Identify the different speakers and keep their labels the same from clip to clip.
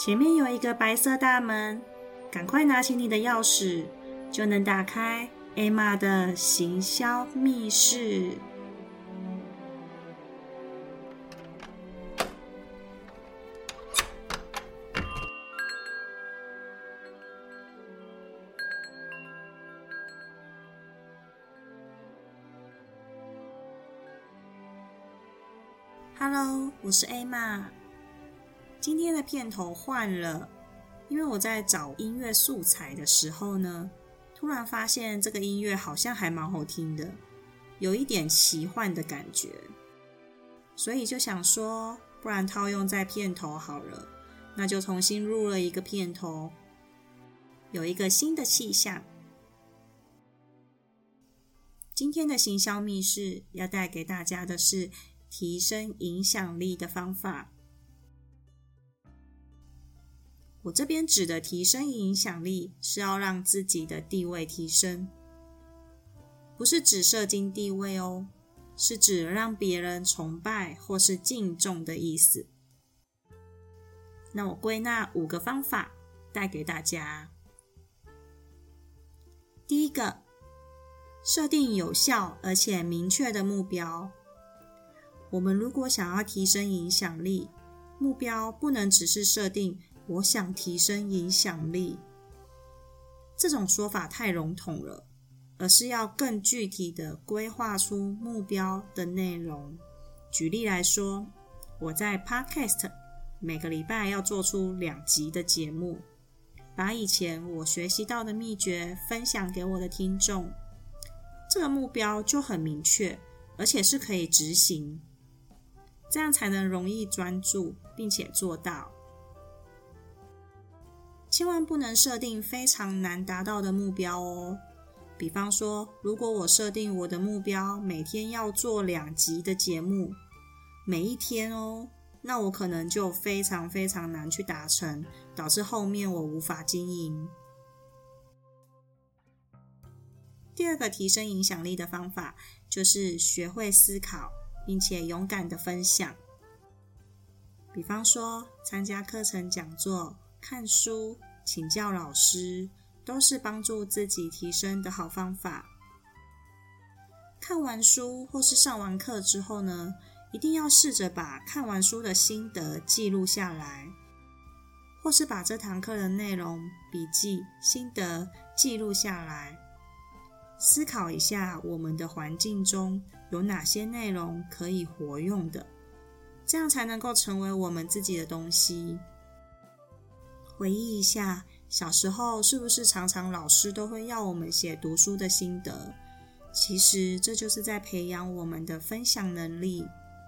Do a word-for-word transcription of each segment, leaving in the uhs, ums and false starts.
Speaker 1: 前面有一个白色大门，赶快拿起你的钥匙，就能打开 Emma 的行销密室。Hello， 我是 Emma。今天的片头换了，因为我在找音乐素材的时候呢，突然发现这个音乐好像还蛮好听的，有一点奇幻的感觉，所以就想说，不然套用在片头好了，那就重新录了一个片头，有一个新的气象。今天的行销密室要带给大家的是提升影响力的方法。我这边指的提升影响力，是要让自己的地位提升，不是指社经地位哦，是指让别人崇拜或是敬重的意思。那我归纳五个方法带给大家。第一个，设定有效而且明确的目标。我们如果想要提升影响力，目标不能只是设定我想提升影响力，这种说法太笼统了，而是要更具体的规划出目标的内容。举例来说，我在 Podcast 每个礼拜要做出两集的节目，把以前我学习到的秘诀分享给我的听众，这个目标就很明确，而且是可以执行，这样才能容易专注并且做到。千万不能设定非常难达到的目标哦。比方说，如果我设定我的目标每天要做两集的节目，每一天哦，那我可能就非常非常难去达成，导致后面我无法经营。第二个提升影响力的方法，就是学会思考，并且勇敢的分享。比方说，参加课程讲座、看书、请教老师，都是帮助自己提升的好方法。看完书或是上完课之后呢，一定要试着把看完书的心得记录下来，或是把这堂课的内容、笔记、心得记录下来。思考一下我们的环境中有哪些内容可以活用的，这样才能够成为我们自己的东西。回忆一下，小时候是不是常常老师都会要我们写读书的心得？其实这就是在培养我们的分享能力。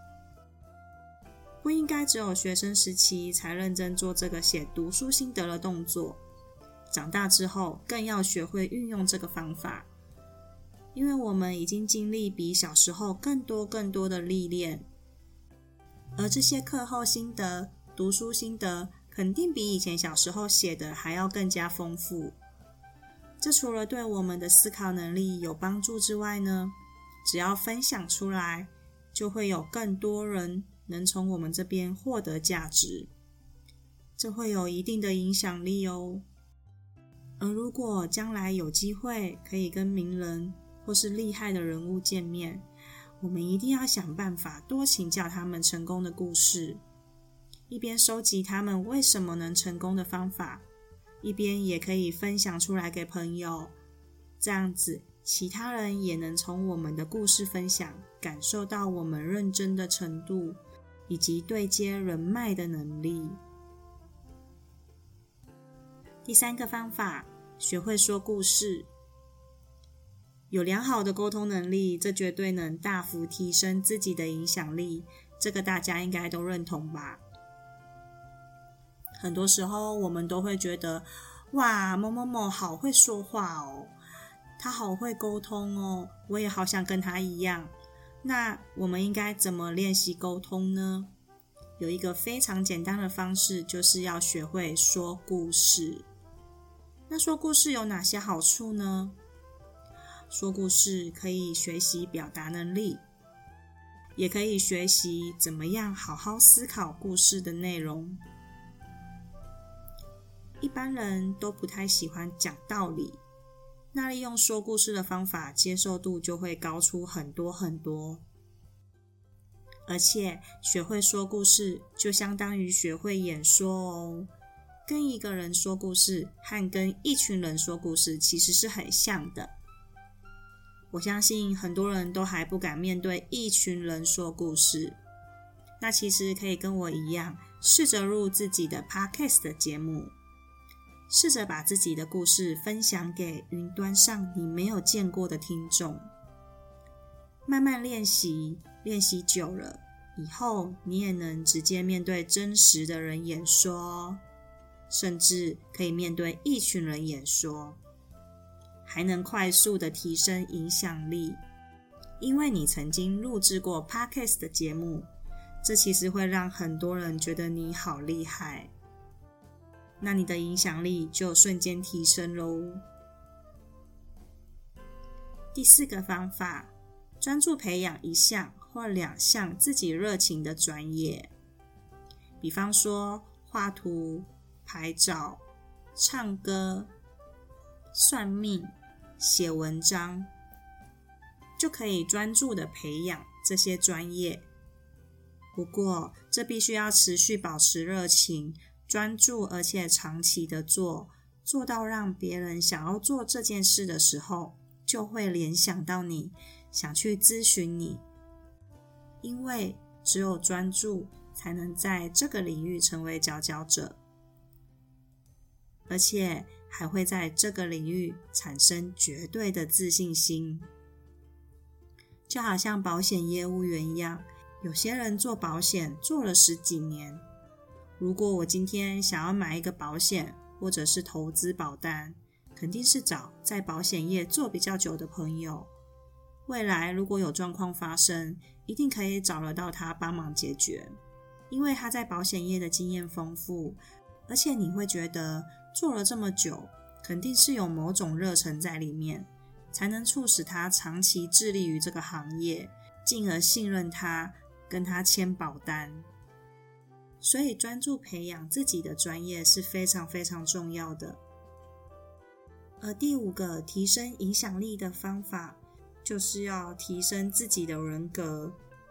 Speaker 1: 不应该只有学生时期才认真做这个写读书心得的动作，长大之后更要学会运用这个方法。因为我们已经经历比小时候更多更多的历练，而这些课后心得、读书心得肯定比以前小时候写的还要更加丰富。这除了对我们的思考能力有帮助之外呢，只要分享出来，就会有更多人能从我们这边获得价值，这会有一定的影响力哦。而如果将来有机会可以跟名人或是厉害的人物见面，我们一定要想办法多请教他们成功的故事，一边收集他们为什么能成功的方法，一边也可以分享出来给朋友，这样子其他人也能从我们的故事分享感受到我们认真的程度，以及对接人脉的能力。第三个方法，学会说故事。有良好的沟通能力，这绝对能大幅提升自己的影响力，这个大家应该都认同吧。很多时候我们都会觉得，哇，某某某好会说话哦，他好会沟通哦，我也好想跟他一样。那我们应该怎么练习沟通呢？有一个非常简单的方式，就是要学会说故事。那说故事有哪些好处呢？说故事可以学习表达能力，也可以学习怎么样好好思考故事的内容。 一般人都不太喜欢讲道理，那利用说故事的方法，接受度就会高出很多很多。而且学会说故事就相当于学会演说哦。跟一个人说故事和跟一群人说故事其实是很像的。我相信很多人都还不敢面对一群人说故事，那其实可以跟我一样，试着录自己的 podcast 的节目，试着把自己的故事分享给云端上你没有见过的听众。慢慢练习，练习久了，以后你也能直接面对真实的人演说，甚至可以面对一群人演说，还能快速的提升影响力。因为你曾经录制过 podcast 的节目，这其实会让很多人觉得你好厉害，那你的影响力就瞬间提升咯。第四个方法，专注培养一项或两项自己热情的专业，比方说画图、拍照、唱歌、算命、写文章，就可以专注的培养这些专业。不过这必须要持续保持热情，专注而且长期的做，做到让别人想要做这件事的时候，就会联想到你，想去咨询你。因为只有专注，才能在这个领域成为佼佼者，而且还会在这个领域产生绝对的自信心。就好像保险业务员一样，有些人做保险做了十几年，如果我今天想要买一个保险或者是投资保单，肯定是找在保险业做比较久的朋友，未来如果有状况发生，一定可以找得到他帮忙解决，因为他在保险业的经验丰富，而且你会觉得做了这么久，肯定是有某种热忱在里面，才能促使他长期致力于这个行业，进而信任他，跟他签保单。所以专注培养自己的专业是非常非常重要的。而第五个提升影响力的方法，就是要提升自己的人格。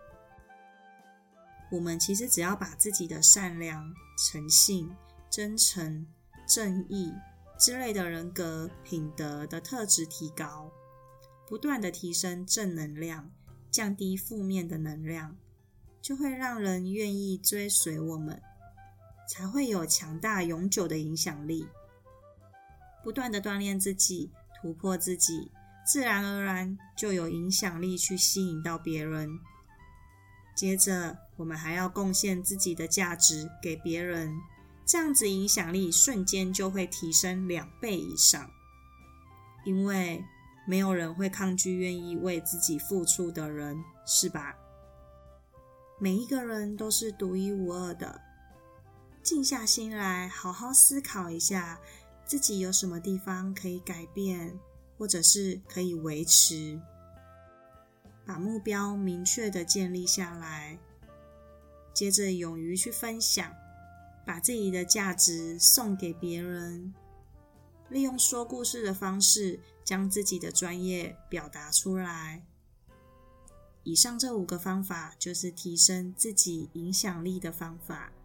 Speaker 1: 我们其实只要把自己的善良、诚信、真诚、正义之类的人格品德的特质提高，不断的提升正能量，降低负面的能量，就会让人愿意追随我们，才会有强大永久的影响力。不断的锻炼自己，突破自己，自然而然就有影响力去吸引到别人。接着我们还要贡献自己的价值给别人，这样子影响力瞬间就会提升两倍以上。因为没有人会抗拒愿意为自己付出的人，是吧？每一个人都是独一无二的，静下心来好好思考一下，自己有什么地方可以改变，或者是可以维持，把目标明确的建立下来，接着勇于去分享，把自己的价值送给别人，利用说故事的方式将自己的专业表达出来。以上这五个方法就是提升自己影响力的方法。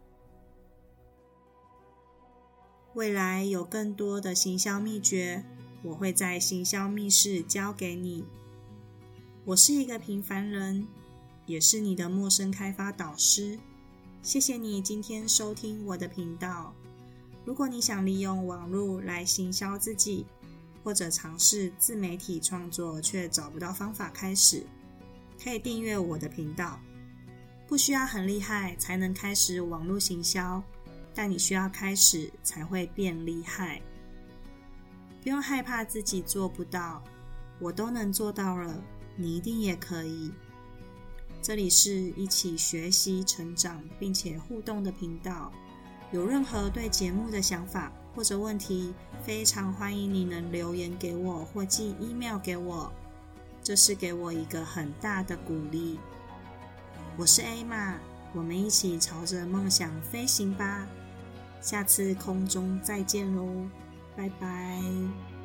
Speaker 1: 未来有更多的行销秘诀，我会在行销密室教给你。我是一个平凡人，也是你的陌生开发导师。谢谢你今天收听我的频道。如果你想利用网络来行销自己，或者尝试自媒体创作却找不到方法开始，可以订阅我的频道。不需要很厉害才能开始网络行销，但你需要开始才会变厉害。不用害怕自己做不到，我都能做到了，你一定也可以。这里是一起学习成长并且互动的频道，有任何对节目的想法或者问题，非常欢迎你能留言给我或寄 email 给我，这是给我一个很大的鼓励。我是 Emma， 我们一起朝着梦想飞行吧。 下次空中再见喽，拜拜。